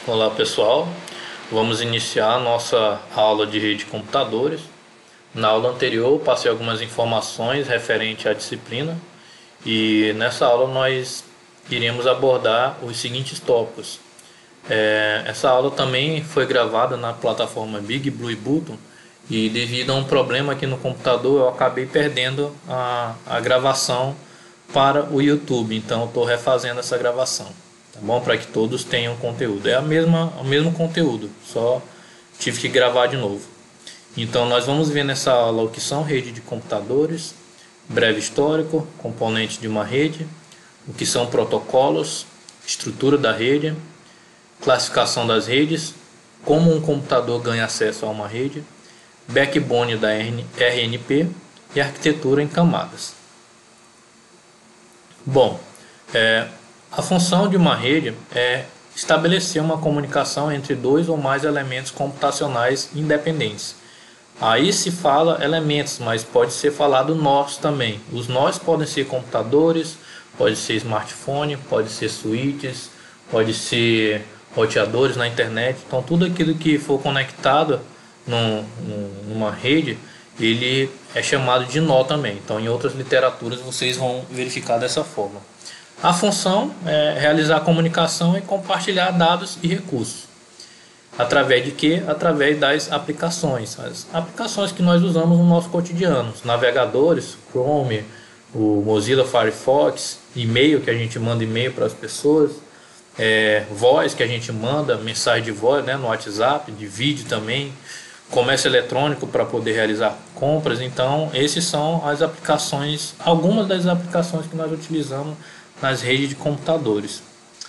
Olá pessoal, vamos iniciar a nossa aula de rede de computadores. Na aula anterior eu passei algumas informações referente à disciplina e nessa aula nós iremos abordar os seguintes tópicos. Essa aula também foi gravada na plataforma Big Blue Button e devido a um problema aqui no computador eu acabei perdendo a gravação para o YouTube, então eu estou refazendo essa gravação. Tá bom? Para que todos tenham conteúdo. É o mesmo conteúdo, só tive que gravar de novo. Então nós vamos ver nessa aula o que são rede de computadores, breve histórico, componentes de uma rede, o que são protocolos, estrutura da rede, classificação das redes, como um computador ganha acesso a uma rede, backbone da RNP e arquitetura em camadas. Bom, a função de uma rede é estabelecer uma comunicação entre dois ou mais elementos computacionais independentes. Aí se fala elementos, mas pode ser falado nós também. Os nós podem ser computadores, pode ser smartphone, pode ser switches, pode ser roteadores na internet. Então tudo aquilo que for conectado numa rede, ele é chamado de nó também. Então em outras literaturas vocês vão verificar dessa forma. A função é realizar a comunicação e compartilhar dados e recursos. Através de quê? Através das aplicações. As aplicações que nós usamos no nosso cotidiano. Os navegadores, Chrome, o Mozilla Firefox, e-mail, que a gente manda e-mail para as pessoas, voz, que a gente manda mensagem de voz, né, no WhatsApp, de vídeo também, comércio eletrônico para poder realizar compras. Então, esses são as aplicações, algumas das aplicações que nós utilizamos nas redes de computadores.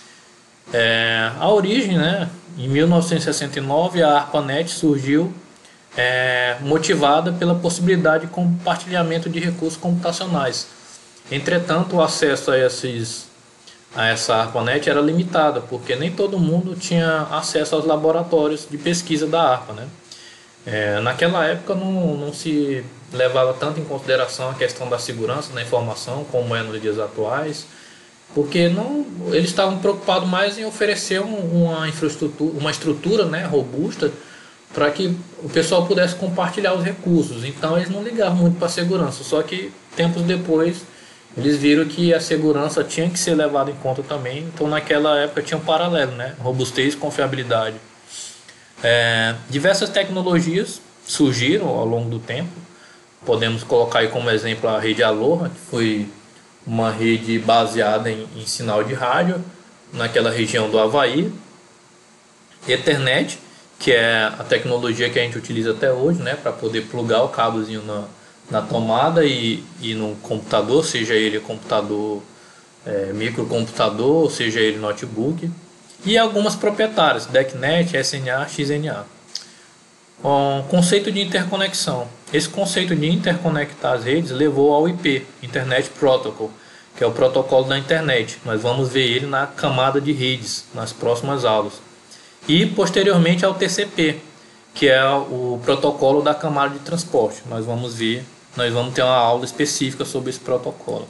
A origem, né, em 1969 a ARPANET surgiu motivada pela possibilidade de compartilhamento de recursos computacionais. Entretanto, o acesso a essa ARPANET era limitado, porque nem todo mundo tinha acesso aos laboratórios de pesquisa da ARPA, né? Naquela época não se levava tanto em consideração a questão da segurança da informação como é nos dias atuais, porque eles estavam preocupados mais em oferecer uma estrutura, né, robusta para que o pessoal pudesse compartilhar os recursos. Então eles não ligavam muito para a segurança, só que tempos depois eles viram que a segurança tinha que ser levada em conta também. Então naquela época tinha um paralelo, né, robustez e confiabilidade. Diversas tecnologias surgiram ao longo do tempo. Podemos colocar aí como exemplo a rede Aloha, que foi uma rede baseada em sinal de rádio naquela região do Havaí. Ethernet, que é a tecnologia que a gente utiliza até hoje, né, para poder plugar o cabozinho na tomada e no computador, seja ele computador microcomputador, seja ele notebook. E algumas proprietárias, DECnet, SNA, XNA. Conceito de interconexão. Esse conceito de interconectar as redes levou ao IP, Internet Protocol, que é o protocolo da internet. Nós vamos ver ele na camada de redes, nas próximas aulas. E posteriormente ao TCP, que é o protocolo da camada de transporte. Nós vamos ter uma aula específica sobre esse protocolo.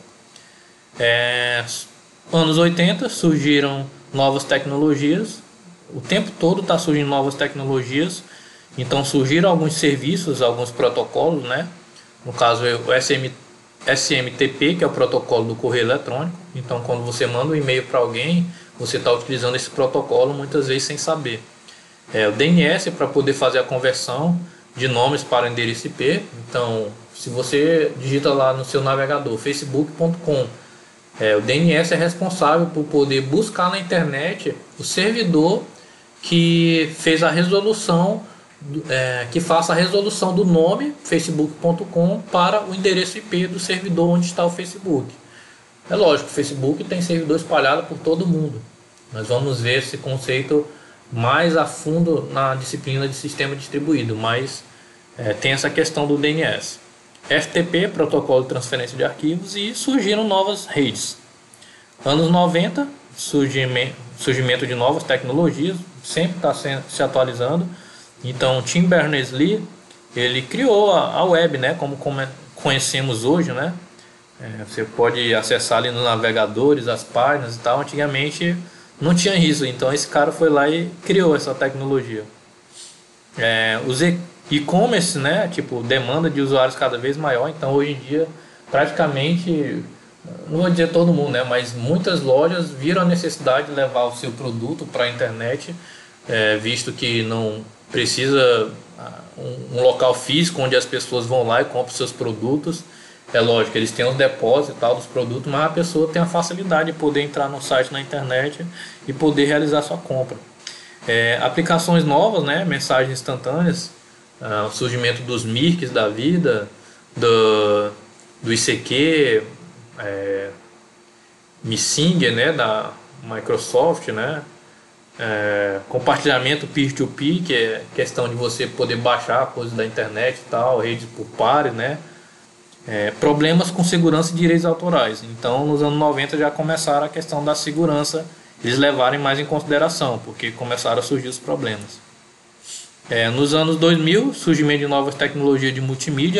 Anos 80 surgiram novas tecnologias. O tempo todo está surgindo novas tecnologias. Então surgiram alguns serviços, alguns protocolos, né? No caso o SMTP, que é o protocolo do correio eletrônico. Então quando você manda um e-mail para alguém, você está utilizando esse protocolo muitas vezes sem saber. O DNS para poder fazer a conversão de nomes para endereço IP. Então se você digita lá no seu navegador facebook.com, o DNS é responsável por poder buscar na internet o servidor que fez a resolução, que faça a resolução do nome facebook.com para o endereço IP do servidor onde está o Facebook. É lógico, o Facebook tem servidor espalhado por todo mundo. Nós vamos ver esse conceito mais a fundo na disciplina de sistema distribuído, mas tem essa questão do DNS. FTP, protocolo de transferência de arquivos, e surgiram novas redes. Anos 90, surgimento de novas tecnologias, sempre está se atualizando. Então Tim Berners-Lee, ele criou a web, né, como conhecemos hoje, né? Você pode acessar ali nos navegadores as páginas e tal. Antigamente não tinha isso. Então esse cara foi lá e criou essa tecnologia. Os e-commerce, né, tipo, demanda de usuários cada vez maior, então hoje em dia praticamente, não vou dizer todo mundo, né, mas muitas lojas viram a necessidade de levar o seu produto para a internet, visto que não precisa um local físico onde as pessoas vão lá e compram seus produtos. É lógico, eles têm os depósitos e tal dos produtos, mas a pessoa tem a facilidade de poder entrar no site na internet e poder realizar sua compra. Aplicações novas, né, mensagens instantâneas, o surgimento dos Mirks da vida, do ICQ, Messenger, né, da Microsoft, né, compartilhamento peer-to-peer, que é questão de você poder baixar coisas da internet e tal, redes por pares, né, problemas com segurança e direitos autorais. Então, nos anos 90 já começaram a questão da segurança, eles levarem mais em consideração, porque começaram a surgir os problemas. Nos anos 2000, surgimento de novas tecnologias de multimídia,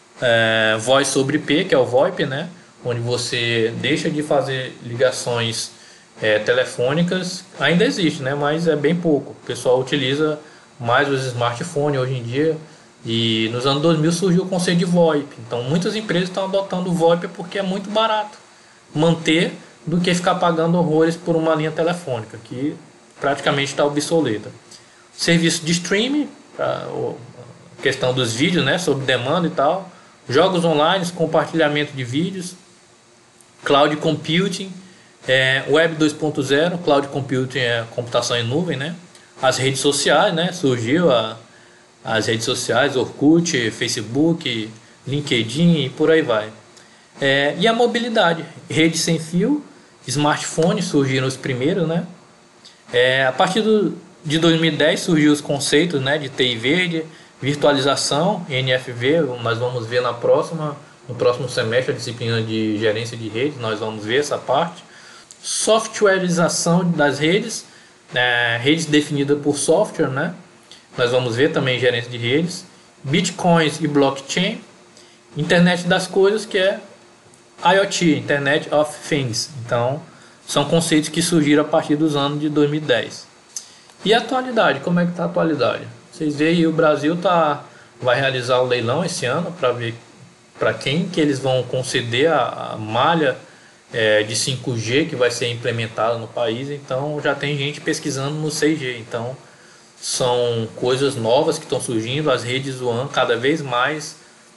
voz sobre IP, que é o VoIP, né? Onde você deixa de fazer ligações telefônicas, ainda existe, né? Mas é bem pouco. O pessoal utiliza mais os smartphones hoje em dia. E nos anos 2000 surgiu o conceito de VoIP. Então muitas empresas estão adotando o VoIP porque é muito barato manter do que ficar pagando horrores por uma linha telefônica, que praticamente está obsoleta. Serviço de streaming, a questão dos vídeos, né, sob demanda e tal. Jogos online, compartilhamento de vídeos. Cloud computing, Web 2.0. Cloud computing é computação em nuvem, né? As redes sociais, né? Surgiu as redes sociais, Orkut, Facebook, LinkedIn e por aí vai. E a mobilidade, rede sem fio, smartphones surgiram os primeiros, né? A partir de 2010 surgiu os conceitos, né, de TI verde, virtualização, NFV, nós vamos ver no próximo semestre a disciplina de gerência de redes, nós vamos ver essa parte. Softwareização das redes, redes definidas por software, né? Nós vamos ver também gerência de redes, bitcoins e blockchain, internet das coisas, que é IoT, Internet of Things. Então, são conceitos que surgiram a partir dos anos de 2010. E a atualidade, como é que está a atualidade? Vocês veem aí, o Brasil vai realizar o leilão esse ano para ver para quem que eles vão conceder a malha de 5G que vai ser implementada no país. Então, já tem gente pesquisando no 6G. Então, são coisas novas que estão surgindo, as redes WAN cada vez mais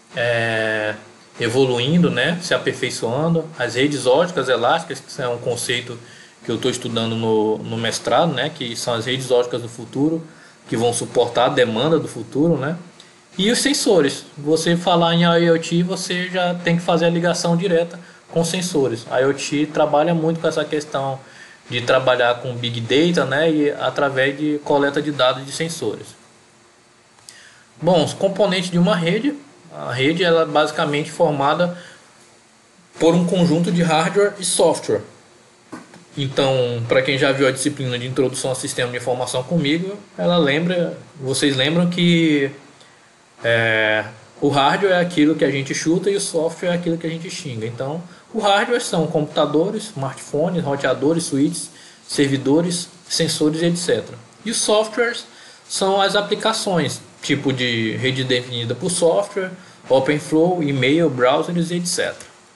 evoluindo, né, se aperfeiçoando. As redes óticas elásticas, que é um conceito que eu estou estudando no mestrado, né, que são as redes óticas do futuro, que vão suportar a demanda do futuro, né. E os sensores. Você falar em IoT, você já tem que fazer a ligação direta com sensores. A IoT trabalha muito com essa questão de trabalhar com Big Data, né, e através de coleta de dados de sensores. Bom, os componentes de uma rede. A rede ela é basicamente formada por um conjunto de hardware e software. Então, para quem já viu a disciplina de introdução ao sistema de informação comigo, vocês lembram que o hardware é aquilo que a gente chuta e o software é aquilo que a gente xinga. Então, o hardware são computadores, smartphones, roteadores, switches, servidores, sensores, etc. E os softwares são as aplicações, tipo de rede definida por software, OpenFlow, e-mail, browsers, etc.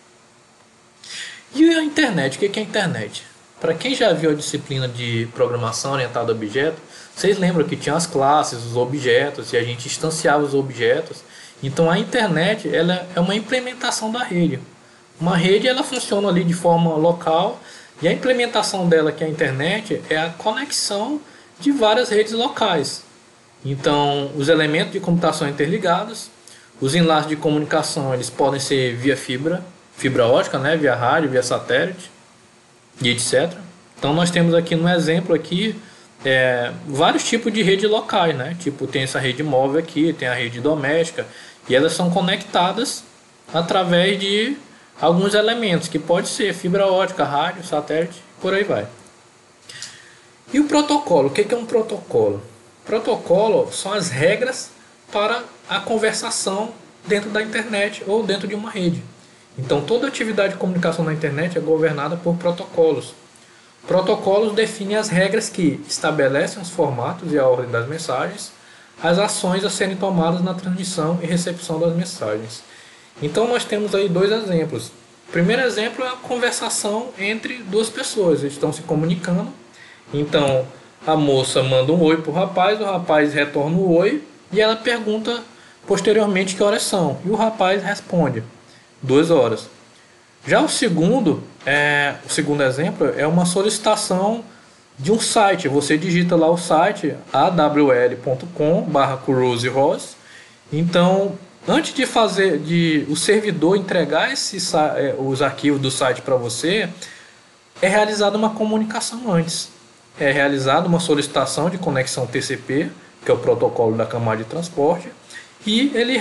E a internet? O que é a internet? Para quem já viu a disciplina de programação orientada a objetos, vocês lembram que tinha as classes, os objetos, e a gente instanciava os objetos. Então a internet ela é uma implementação da rede. Uma rede ela funciona ali de forma local, e a implementação dela, que é a internet, é a conexão de várias redes locais. Então os elementos de computação interligados, os enlaces de comunicação eles podem ser via fibra ótica, né, via rádio, via satélite e etc. Então nós temos aqui no exemplo aqui vários tipos de rede locais, né? Tipo, tem essa rede móvel aqui, tem a rede doméstica, e elas são conectadas através de alguns elementos, que pode ser fibra ótica, rádio, satélite, por aí vai. E o protocolo? O que é um protocolo? Protocolo são as regras para a conversação dentro da internet ou dentro de uma rede. Então toda atividade de comunicação na internet é governada por protocolos. Protocolos definem as regras que estabelecem os formatos e a ordem das mensagens, as ações a serem tomadas na transmissão e recepção das mensagens. Então nós temos aí dois exemplos. O primeiro exemplo é a conversação entre duas pessoas, eles estão se comunicando. Então a moça manda um oi para o rapaz retorna o oi e ela pergunta posteriormente que horas são. E o rapaz responde 2 horas. Já o segundo exemplo é uma solicitação de um site. Você digita lá o site awl.com/cruise-ross. Então, antes de o servidor entregar os arquivos do site para você, é realizada uma comunicação antes. É realizada uma solicitação de conexão TCP, que é o protocolo da camada de transporte, e ele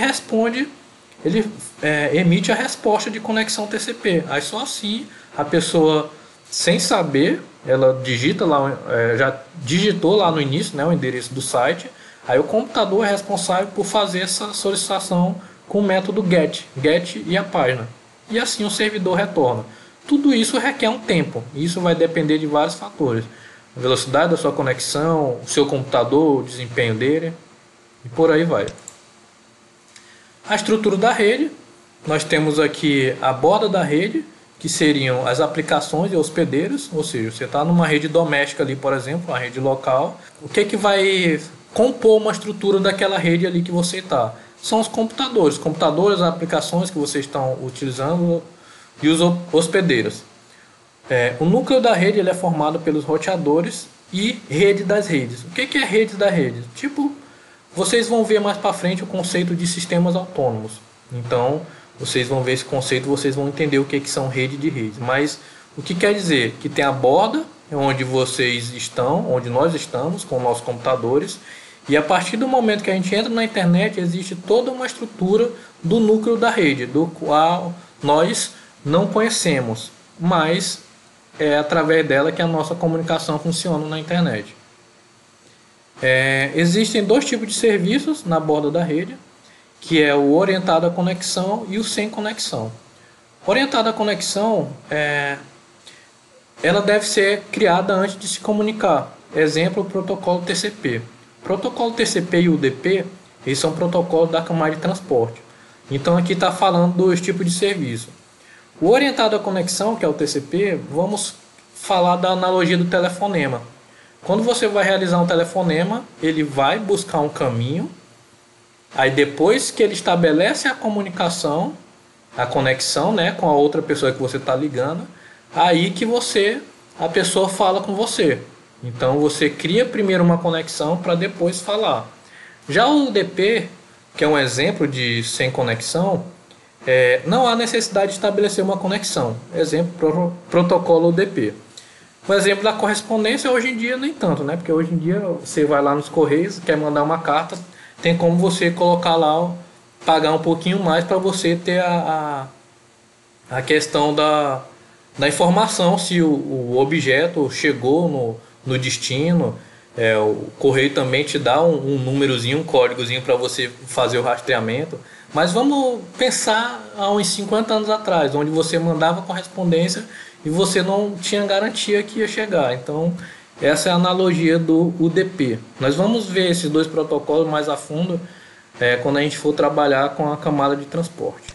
emite a resposta de conexão TCP. Aí só assim a pessoa, sem saber, ela digita lá, já digitou lá no início, né, o endereço do site. Aí o computador é responsável por fazer essa solicitação com o método GET e a página. E assim o servidor retorna. Tudo isso requer um tempo. Isso vai depender de vários fatores: a velocidade da sua conexão, o seu computador, o desempenho dele e por aí vai. A estrutura da rede, nós temos aqui a borda da rede, que seriam as aplicações e hospedeiros, ou seja, você está numa rede doméstica ali, por exemplo, uma rede local. O que vai compor uma estrutura daquela rede ali que você está? São os computadores, as aplicações que vocês estão utilizando e os hospedeiros. O núcleo da rede ele é formado pelos roteadores e rede das redes. O que é rede da rede? Tipo, vocês vão ver mais para frente o conceito de sistemas autônomos. Então, vocês vão ver esse conceito, vocês vão entender o que são rede de redes. Mas o que quer dizer? Que tem a borda, onde vocês estão, onde nós estamos com nossos computadores. E a partir do momento que a gente entra na internet, existe toda uma estrutura do núcleo da rede, do qual nós não conhecemos, mas é através dela que a nossa comunicação funciona na internet. Existem dois tipos de serviços na borda da rede, que é o orientado à conexão e o sem conexão. Orientado à conexão, ela deve ser criada antes de se comunicar. Exemplo, o protocolo TCP. O protocolo TCP e UDP, eles são protocolos da camada de transporte. Então aqui está falando dos tipos de serviço. O orientado à conexão, que é o TCP, vamos falar da analogia do telefonema. Quando você vai realizar um telefonema, ele vai buscar um caminho. Aí depois que ele estabelece a comunicação, a conexão, né, com a outra pessoa que você está ligando, aí que a pessoa fala com você. Então você cria primeiro uma conexão para depois falar. Já o UDP, que é um exemplo de sem conexão, não há necessidade de estabelecer uma conexão. Exemplo, protocolo UDP. O exemplo da correspondência, hoje em dia nem tanto, né? Porque hoje em dia você vai lá nos Correios, quer mandar uma carta, tem como você colocar lá, pagar um pouquinho mais para você ter a questão da informação, se o objeto chegou no destino. O Correio também te dá um númerozinho, um códigozinho para você fazer o rastreamento. Mas vamos pensar há uns 50 anos atrás, onde você mandava correspondência e você não tinha garantia que ia chegar. Então, essa é a analogia do UDP. Nós vamos ver esses dois protocolos mais a fundo quando a gente for trabalhar com a camada de transporte.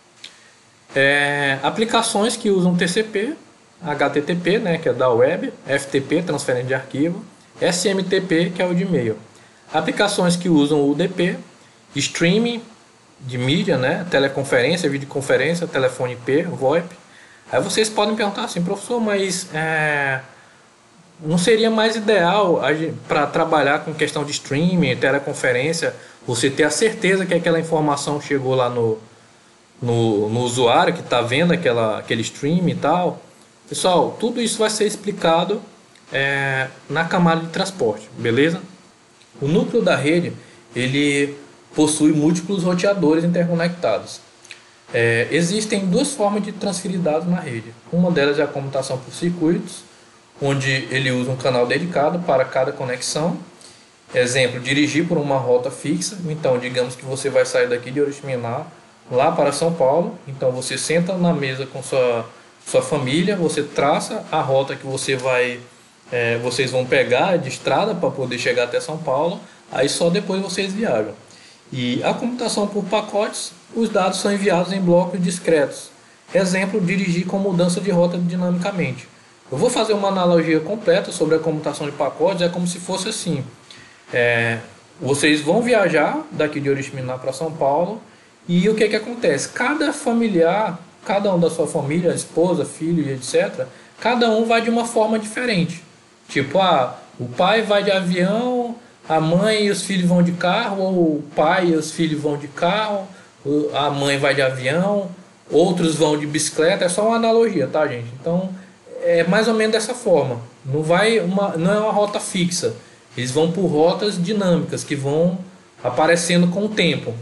Aplicações que usam TCP, HTTP, né, que é da web, FTP, transferência de arquivo, SMTP, que é o de e-mail. Aplicações que usam UDP, streaming de mídia, né, teleconferência, videoconferência, telefone IP, VoIP. Aí vocês podem perguntar assim: professor, mas não seria mais ideal para trabalhar com questão de streaming, teleconferência, você ter a certeza que aquela informação chegou lá no usuário que está vendo aquele stream e tal? Pessoal, tudo isso vai ser explicado na camada de transporte, beleza? O núcleo da rede, ele possui múltiplos roteadores interconectados. Existem duas formas de transferir dados na rede. Uma delas é a comutação por circuitos, onde ele usa um canal dedicado para cada conexão. Exemplo, dirigir por uma rota fixa. Então, digamos que você vai sair daqui de Oriximiná lá para São Paulo. Então, você senta na mesa com sua família, você traça a rota que vocês vão pegar de estrada para poder chegar até São Paulo, aí só depois vocês viajam. E a computação por pacotes, os dados são enviados em blocos discretos. Exemplo, dirigir com mudança de rota dinamicamente. Eu vou fazer uma analogia completa sobre a computação de pacotes, é como se fosse assim. Vocês vão viajar daqui de Oriximiná para São Paulo, e o que acontece? Cada familiar, cada um da sua família, esposa, filho e etc., cada um vai de uma forma diferente. Tipo, o pai vai de avião, a mãe e os filhos vão de carro, ou o pai e os filhos vão de carro, a mãe vai de avião, outros vão de bicicleta. É só uma analogia, tá, gente? Então, é mais ou menos dessa forma. Não é uma rota fixa. Eles vão por rotas dinâmicas que vão aparecendo com o tempo.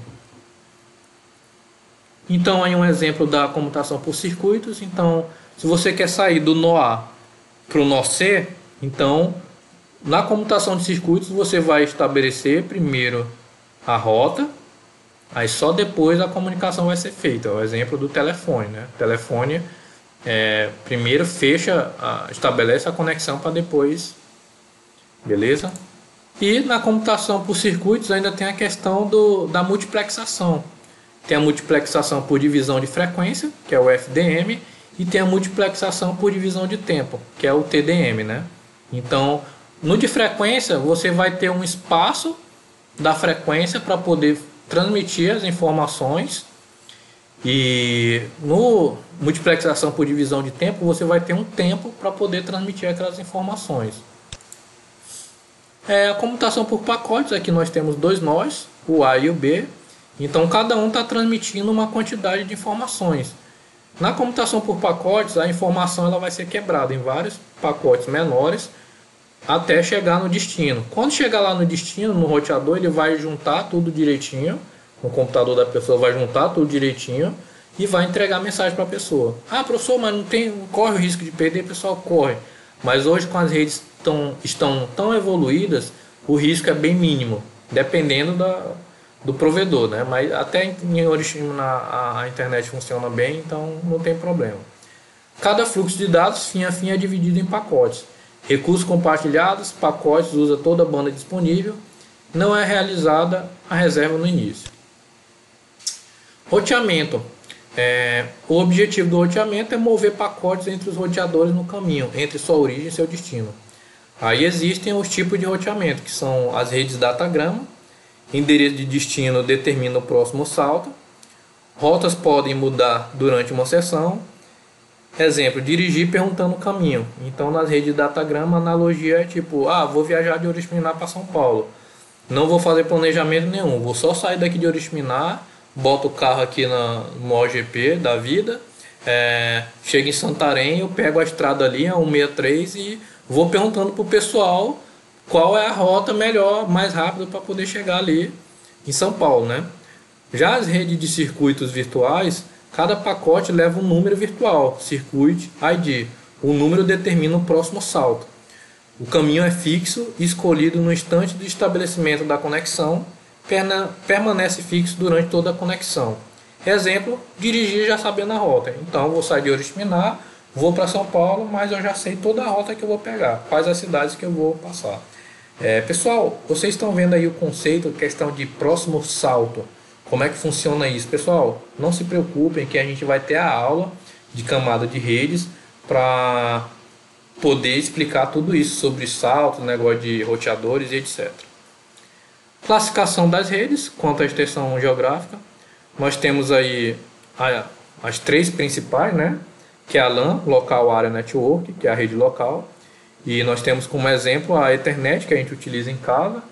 Então, aí um exemplo da computação por circuitos. Então, se você quer sair do nó A para o nó C, então, na computação de circuitos, você vai estabelecer primeiro a rota, aí só depois a comunicação vai ser feita. É o exemplo do telefone, né? O telefone primeiro estabelece a conexão para depois, beleza? E na computação por circuitos ainda tem a questão da multiplexação. Tem a multiplexação por divisão de frequência, que é o FDM, e tem a multiplexação por divisão de tempo, que é o TDM, né? Então, no de frequência, você vai ter um espaço da frequência para poder transmitir as informações, e no multiplexação por divisão de tempo, você vai ter um tempo para poder transmitir aquelas informações. A computação por pacotes, aqui nós temos dois nós, o A e o B. Então cada um está transmitindo uma quantidade de informações. Na computação por pacotes, a informação ela vai ser quebrada em vários pacotes menores até chegar no destino. Quando chegar lá no destino, no roteador, ele vai juntar tudo direitinho. O computador da pessoa vai juntar tudo direitinho e vai entregar a mensagem para a pessoa. Professor, mas não corre o risco de perder? Pessoal, corre. Mas hoje, com as redes estão tão evoluídas, o risco é bem mínimo, dependendo do provedor, né? Mas até em Oriximiná a internet funciona bem, então não tem problema. Cada fluxo de dados, fim a fim, é dividido em pacotes. Recursos compartilhados, pacotes, usa toda a banda disponível. Não é realizada a reserva no início. Roteamento. O objetivo do roteamento é mover pacotes entre os roteadores no caminho, entre sua origem e seu destino. Aí existem os tipos de roteamento, que são as redes datagrama. Endereço de destino determina o próximo salto. Rotas podem mudar durante uma sessão. Exemplo, dirigir perguntando o caminho. Então, nas redes de datagrama, a analogia é tipo, vou viajar de Oriximiná para São Paulo. Não vou fazer planejamento nenhum. Vou só sair daqui de Oriximiná, boto o carro aqui no OGP da vida, chego em Santarém, eu pego a estrada ali, a 163, e vou perguntando para o pessoal qual é a rota melhor, mais rápida para poder chegar ali em São Paulo, né? Já as redes de circuitos virtuais, cada pacote leva um número virtual, Circuit ID. O número determina o próximo salto. O caminho é fixo e escolhido no instante do estabelecimento da conexão, permanece fixo durante toda a conexão. Exemplo, dirigir já sabendo a rota. Então, eu vou sair de Oriximiná, vou para São Paulo, mas eu já sei toda a rota que eu vou pegar, quais as cidades que eu vou passar. Pessoal, vocês estão vendo aí o conceito, questão de próximo salto. Como é que funciona isso? Pessoal, não se preocupem que a gente vai ter a aula de camada de redes para poder explicar tudo isso sobre saltos, negócio de roteadores e etc. Classificação das redes quanto à extensão geográfica. Nós temos aí as três principais, né? Que é a LAN, Local Area Network, que é a rede local. E nós temos como exemplo a Ethernet, que a gente utiliza em casa.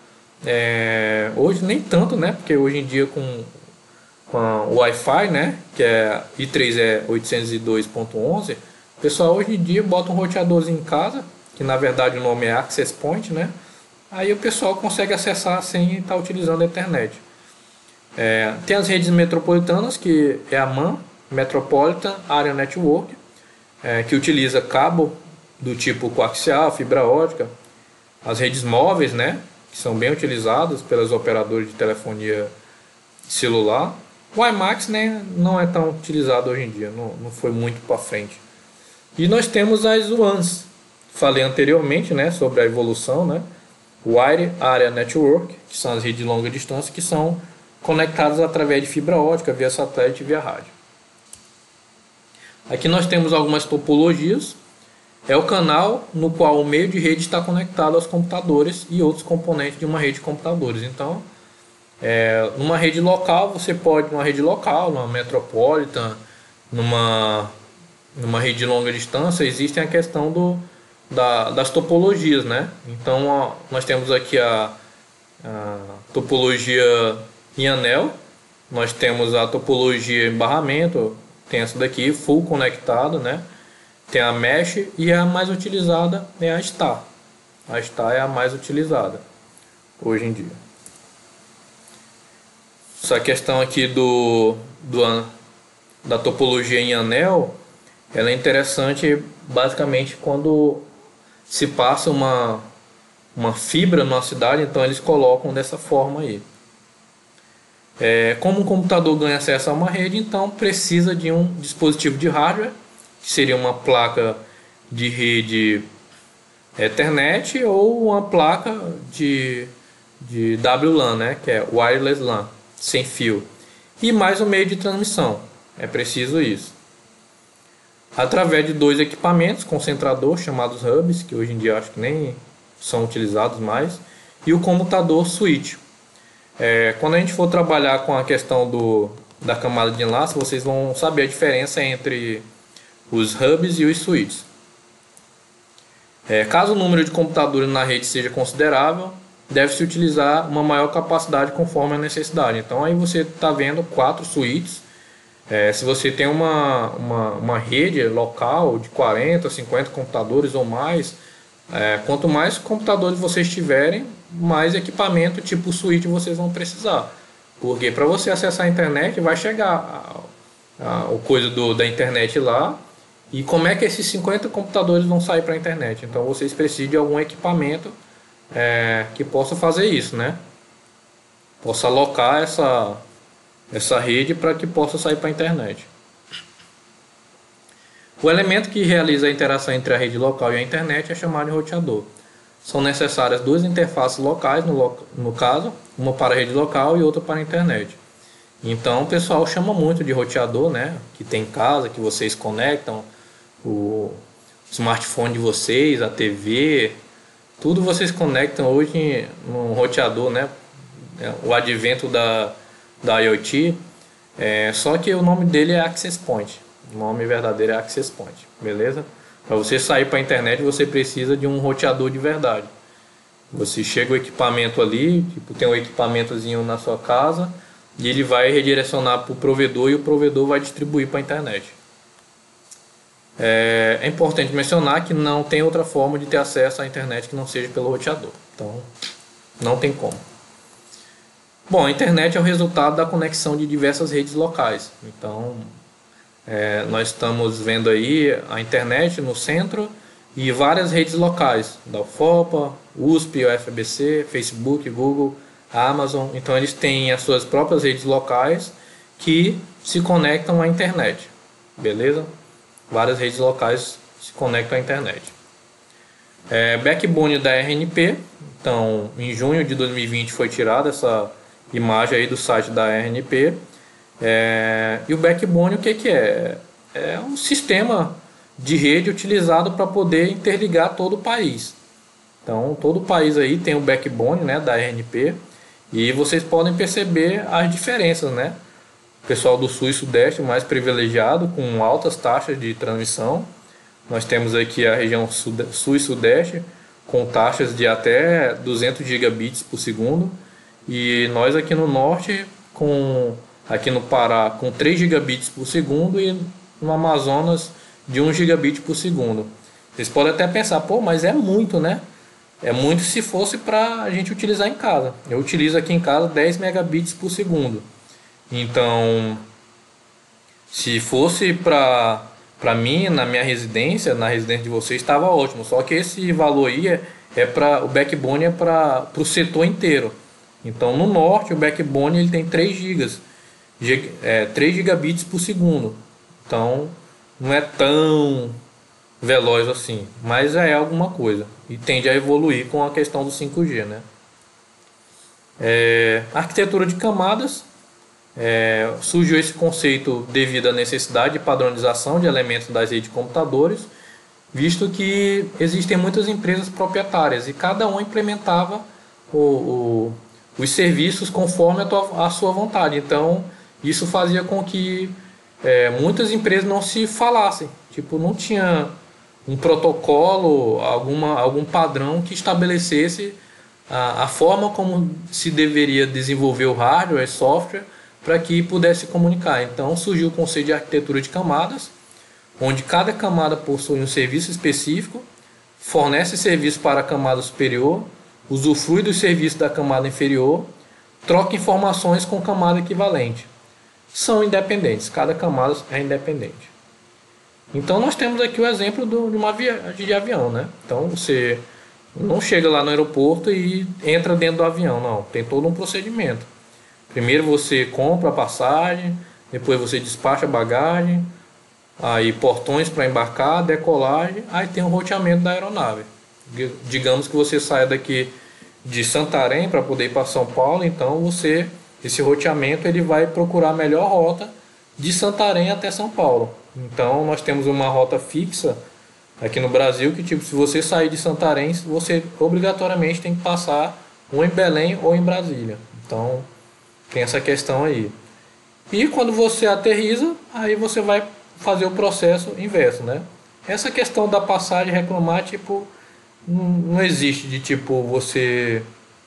Hoje nem tanto, né? Porque hoje em dia com o Wi-Fi, né? Que é I3E 802.11, o pessoal hoje em dia bota um roteadorzinho em casa, que na verdade o nome é Access Point, né? Aí o pessoal consegue acessar sem estar utilizando a internet. Tem as redes metropolitanas, que é a MAN, Metropolitan Area Network, que utiliza cabo do tipo coaxial, fibra ótica. As redes móveis, né, que são bem utilizadas pelas operadoras de telefonia celular. O WiMAX, né, não é tão utilizado hoje em dia, não foi muito para frente. E nós temos as WANs. Falei anteriormente, né, sobre a evolução, né? Wide Area Network, que são as redes de longa distância, que são conectadas através de fibra ótica, via satélite e via rádio. Aqui nós temos algumas topologias. É o canal no qual o meio de rede está conectado aos computadores e outros componentes de uma rede de computadores. Então, numa rede local, você pode, numa rede local, numa metropolitan, numa rede de longa distância, existem a questão das topologias, né? Então, nós temos aqui a topologia em anel, nós temos a topologia em barramento, tem essa daqui, full conectado, né? Tem a mesh e a mais utilizada é a star. A star é a mais utilizada hoje em dia. Essa questão aqui da topologia em anel, ela é interessante basicamente quando se passa uma fibra numa cidade, então eles colocam dessa forma aí. Como um computador ganha acesso a uma rede, então precisa de um dispositivo de hardware, que seria uma placa de rede Ethernet ou uma placa de WLAN, né, que é Wireless LAN, sem fio, e mais um meio de transmissão. É preciso isso. Através de dois equipamentos concentrador chamados hubs, que hoje em dia acho que nem são utilizados mais, e o computador switch. Quando a gente for trabalhar com a questão da camada de enlace, vocês vão saber a diferença entre os hubs e os switches. Caso o número de computadores na rede seja considerável, deve-se utilizar uma maior capacidade conforme a necessidade. Então aí você está vendo 4 switches. Se você tem uma rede local de 40, 50 computadores ou mais, quanto mais computadores vocês tiverem, mais equipamento tipo switch vocês vão precisar. Porque para você acessar a internet vai chegar o coisa da internet lá. E como é que esses 50 computadores vão sair para a internet? Então vocês precisam de algum equipamento que possa fazer isso, né? Possa alocar essa rede para que possa sair para a internet. O elemento que realiza a interação entre a rede local e a internet é chamado de roteador. São necessárias duas interfaces locais, no caso, uma para a rede local e outra para a internet. Então o pessoal chama muito de roteador, né? Que tem em casa, que vocês conectam o smartphone de vocês, a TV, tudo vocês conectam hoje no roteador, né? O advento da IoT, só que o nome dele é Access Point. O nome verdadeiro é Access Point, beleza? Para você sair para a internet, você precisa de um roteador de verdade. Você chega o equipamento ali, tipo, tem um equipamentozinho na sua casa, e ele vai redirecionar para o provedor e o provedor vai distribuir para a internet. É importante mencionar que não tem outra forma de ter acesso à internet que não seja pelo roteador. Então, não tem como. Bom, a internet é o resultado da conexão de diversas redes locais. Então, nós estamos vendo aí a internet no centro e várias redes locais, da UFOPA, USP, UFABC, Facebook, Google, Amazon. Então, eles têm as suas próprias redes locais que se conectam à internet, beleza? Várias redes locais se conectam à internet. Backbone da RNP. Então, em junho de 2020 foi tirada essa imagem aí do site da RNP. E o backbone, o que é? É um sistema de rede utilizado para poder interligar todo o país. Então, todo o país aí tem o backbone, né, da RNP, e vocês podem perceber as diferenças, né? O pessoal do Sul e Sudeste mais privilegiado, com altas taxas de transmissão. Nós temos aqui a região Sul e Sudeste com taxas de até 200 gigabits por segundo. E nós aqui no Norte, aqui no Pará, com 3 gigabits por segundo e no Amazonas de 1 gigabit por segundo. Vocês podem até pensar, pô, mas é muito, né? É muito se fosse para a gente utilizar em casa. Eu utilizo aqui em casa 10 megabits por segundo. Então, se fosse para mim, na minha residência, na residência de vocês, estava ótimo. Só que esse valor aí o backbone é para o setor inteiro. Então, no norte, o backbone ele tem 3 gigabits por segundo. Então, não é tão veloz assim, mas é alguma coisa e tende a evoluir com a questão do 5G, né? Arquitetura de camadas. Surgiu esse conceito devido à necessidade de padronização de elementos das redes de computadores, visto que existem muitas empresas proprietárias e cada um implementava os serviços conforme a sua vontade. Então, isso fazia com que muitas empresas não se falassem. Tipo, não tinha um protocolo, algum padrão que estabelecesse a forma como se deveria desenvolver o hardware e software para que pudesse comunicar. Então surgiu o conceito de arquitetura de camadas, onde cada camada possui um serviço específico, fornece serviço para a camada superior, usufrui dos serviços da camada inferior, troca informações com camada equivalente. São independentes, cada camada é independente. Então nós temos aqui o exemplo de uma viagem de avião, né? Então você não chega lá no aeroporto e entra dentro do avião, não. Tem todo um procedimento. Primeiro você compra a passagem, depois você despacha a bagagem, aí portões para embarcar, decolagem, aí tem o roteamento da aeronave. Digamos que você saia daqui de Santarém para poder ir para São Paulo, então esse roteamento ele vai procurar a melhor rota de Santarém até São Paulo. Então nós temos uma rota fixa aqui no Brasil que, tipo, se você sair de Santarém, você obrigatoriamente tem que passar ou em Belém ou em Brasília. Então tem essa questão aí. E quando você aterriza, aí você vai fazer o processo inverso, né? Essa questão da passagem reclamar, tipo, não existe de tipo você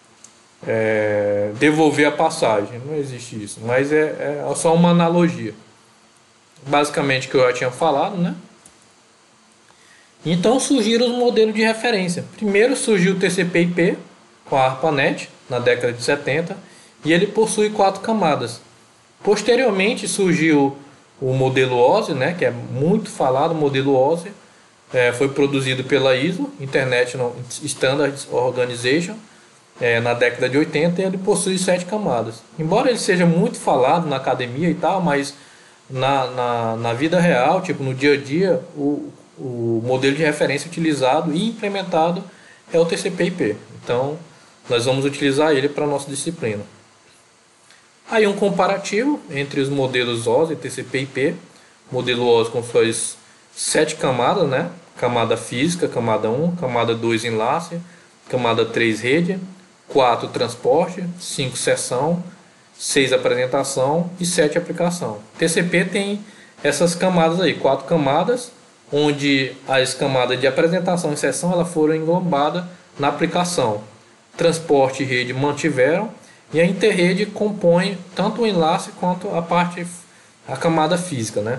devolver a passagem, não existe isso, mas é só uma analogia. Basicamente que eu já tinha falado, né? Então surgiram os modelos de referência. Primeiro surgiu o TCP/IP com a ARPANET na década de 70 e ele possui 4 camadas. Posteriormente surgiu o modelo OSI, né, que é muito falado, o modelo OSI. Foi produzido pela ISO, International Standards Organization, na década de 80, e ele possui 7 camadas. Embora ele seja muito falado na academia e tal, mas na vida real, tipo no dia a dia, o modelo de referência utilizado e implementado é o TCP/IP. Então, nós vamos utilizar ele para a nossa disciplina. Aí um comparativo entre os modelos OSI e TCP/IP. Modelo OSI com suas 7 camadas, né? Camada física, camada 1, camada 2 enlace, camada 3 rede, 4 transporte, 5 sessão, 6 apresentação e 7 aplicação. TCP tem essas camadas aí, 4 camadas, onde as camadas de apresentação e sessão elas foram englobadas na aplicação. Transporte e rede mantiveram, e a interrede compõe tanto o enlace quanto a camada física, né?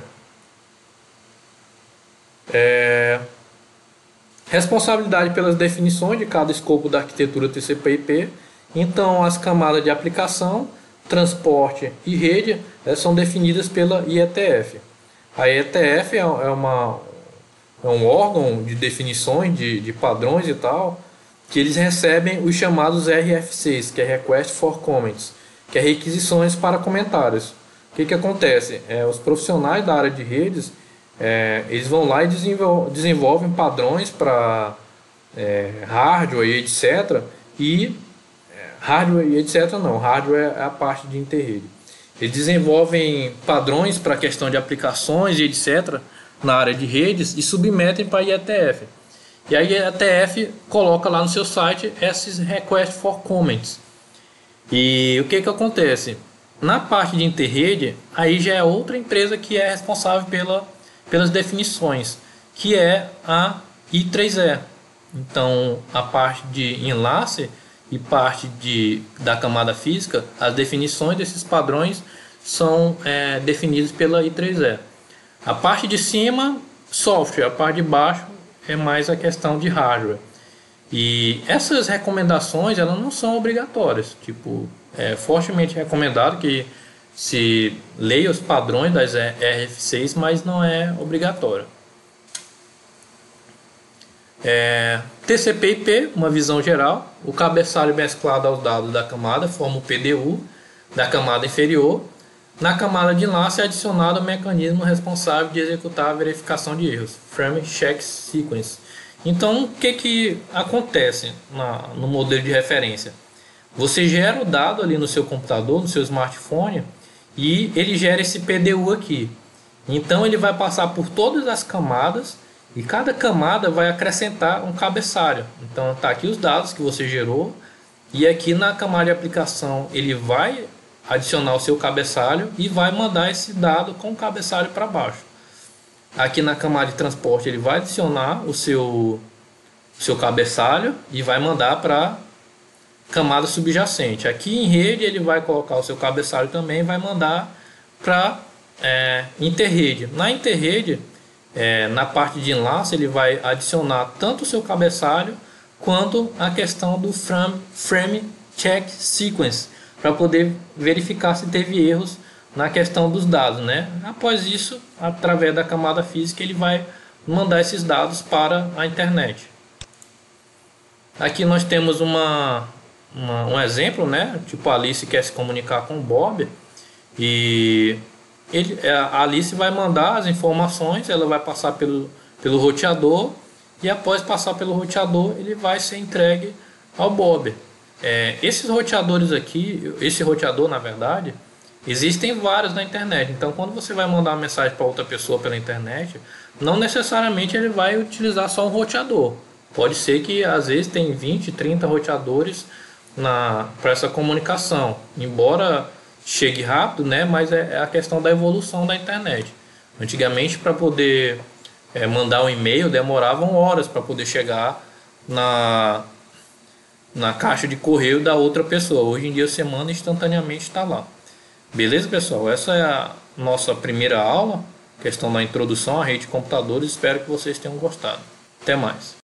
Responsabilidade pelas definições de cada escopo da arquitetura TCP/IP. Então as camadas de aplicação, transporte e rede são definidas pela IETF. A IETF é um órgão de definições de padrões e tal, que eles recebem os chamados RFCs, que é Request for Comments, que é requisições para comentários. O que acontece? Os profissionais da área de redes, eles vão lá e desenvolvem padrões para hardware e etc. Hardware e etc. não, hardware é a parte de interrede. Eles desenvolvem padrões para a questão de aplicações e etc. na área de redes e submetem para a IETF. E aí a IETF coloca lá no seu site esses Request for Comments. E o que acontece? Na parte de interrede, aí já é outra empresa que é responsável pelas definições, que é a I3E. Então, a parte de enlace e parte da camada física, as definições desses padrões são definidas pela I3E. A parte de cima, software, a parte de baixo é mais a questão de hardware. E essas recomendações elas não são obrigatórias. Tipo, é fortemente recomendado que se leia os padrões das RFCs, mas não é obrigatório. TCP/IP, uma visão geral. O cabeçalho mesclado aos dados da camada forma o PDU da camada inferior. Na camada de enlace é adicionado o mecanismo responsável de executar a verificação de erros, Frame Check Sequence. Então, o que acontece no modelo de referência? Você gera o dado ali no seu computador, no seu smartphone, e ele gera esse PDU aqui. Então, ele vai passar por todas as camadas e cada camada vai acrescentar um cabeçalho. Então, está aqui os dados que você gerou, e aqui na camada de aplicação ele vai adicionar o seu cabeçalho e vai mandar esse dado com o cabeçalho para baixo. Aqui na camada de transporte ele vai adicionar o seu cabeçalho e vai mandar para camada subjacente. Aqui em rede ele vai colocar o seu cabeçalho também e vai mandar para interrede. Na interrede, na parte de enlace, ele vai adicionar tanto o seu cabeçalho quanto a questão do Frame Check Sequence, para poder verificar se teve erros na questão dos dados, né? Após isso, através da camada física, ele vai mandar esses dados para a internet. Aqui nós temos um exemplo, né? Tipo, a Alice quer se comunicar com o Bob e a Alice vai mandar as informações, ela vai passar pelo roteador e após passar pelo roteador ele vai ser entregue ao Bob. Esses roteadores aqui, esse roteador na verdade, existem vários na internet. Então quando você vai mandar uma mensagem para outra pessoa pela internet, não necessariamente ele vai utilizar só um roteador. Pode ser que às vezes tem 20, 30 roteadores para essa comunicação. Embora chegue rápido, né? Mas é a questão da evolução da internet. Antigamente, para poder mandar um e-mail, demoravam horas para poder chegar na caixa de correio da outra pessoa. Hoje em dia você manda instantaneamente, está lá. Beleza, pessoal? Essa é a nossa primeira aula, questão da introdução à rede de computadores. Espero que vocês tenham gostado. Até mais.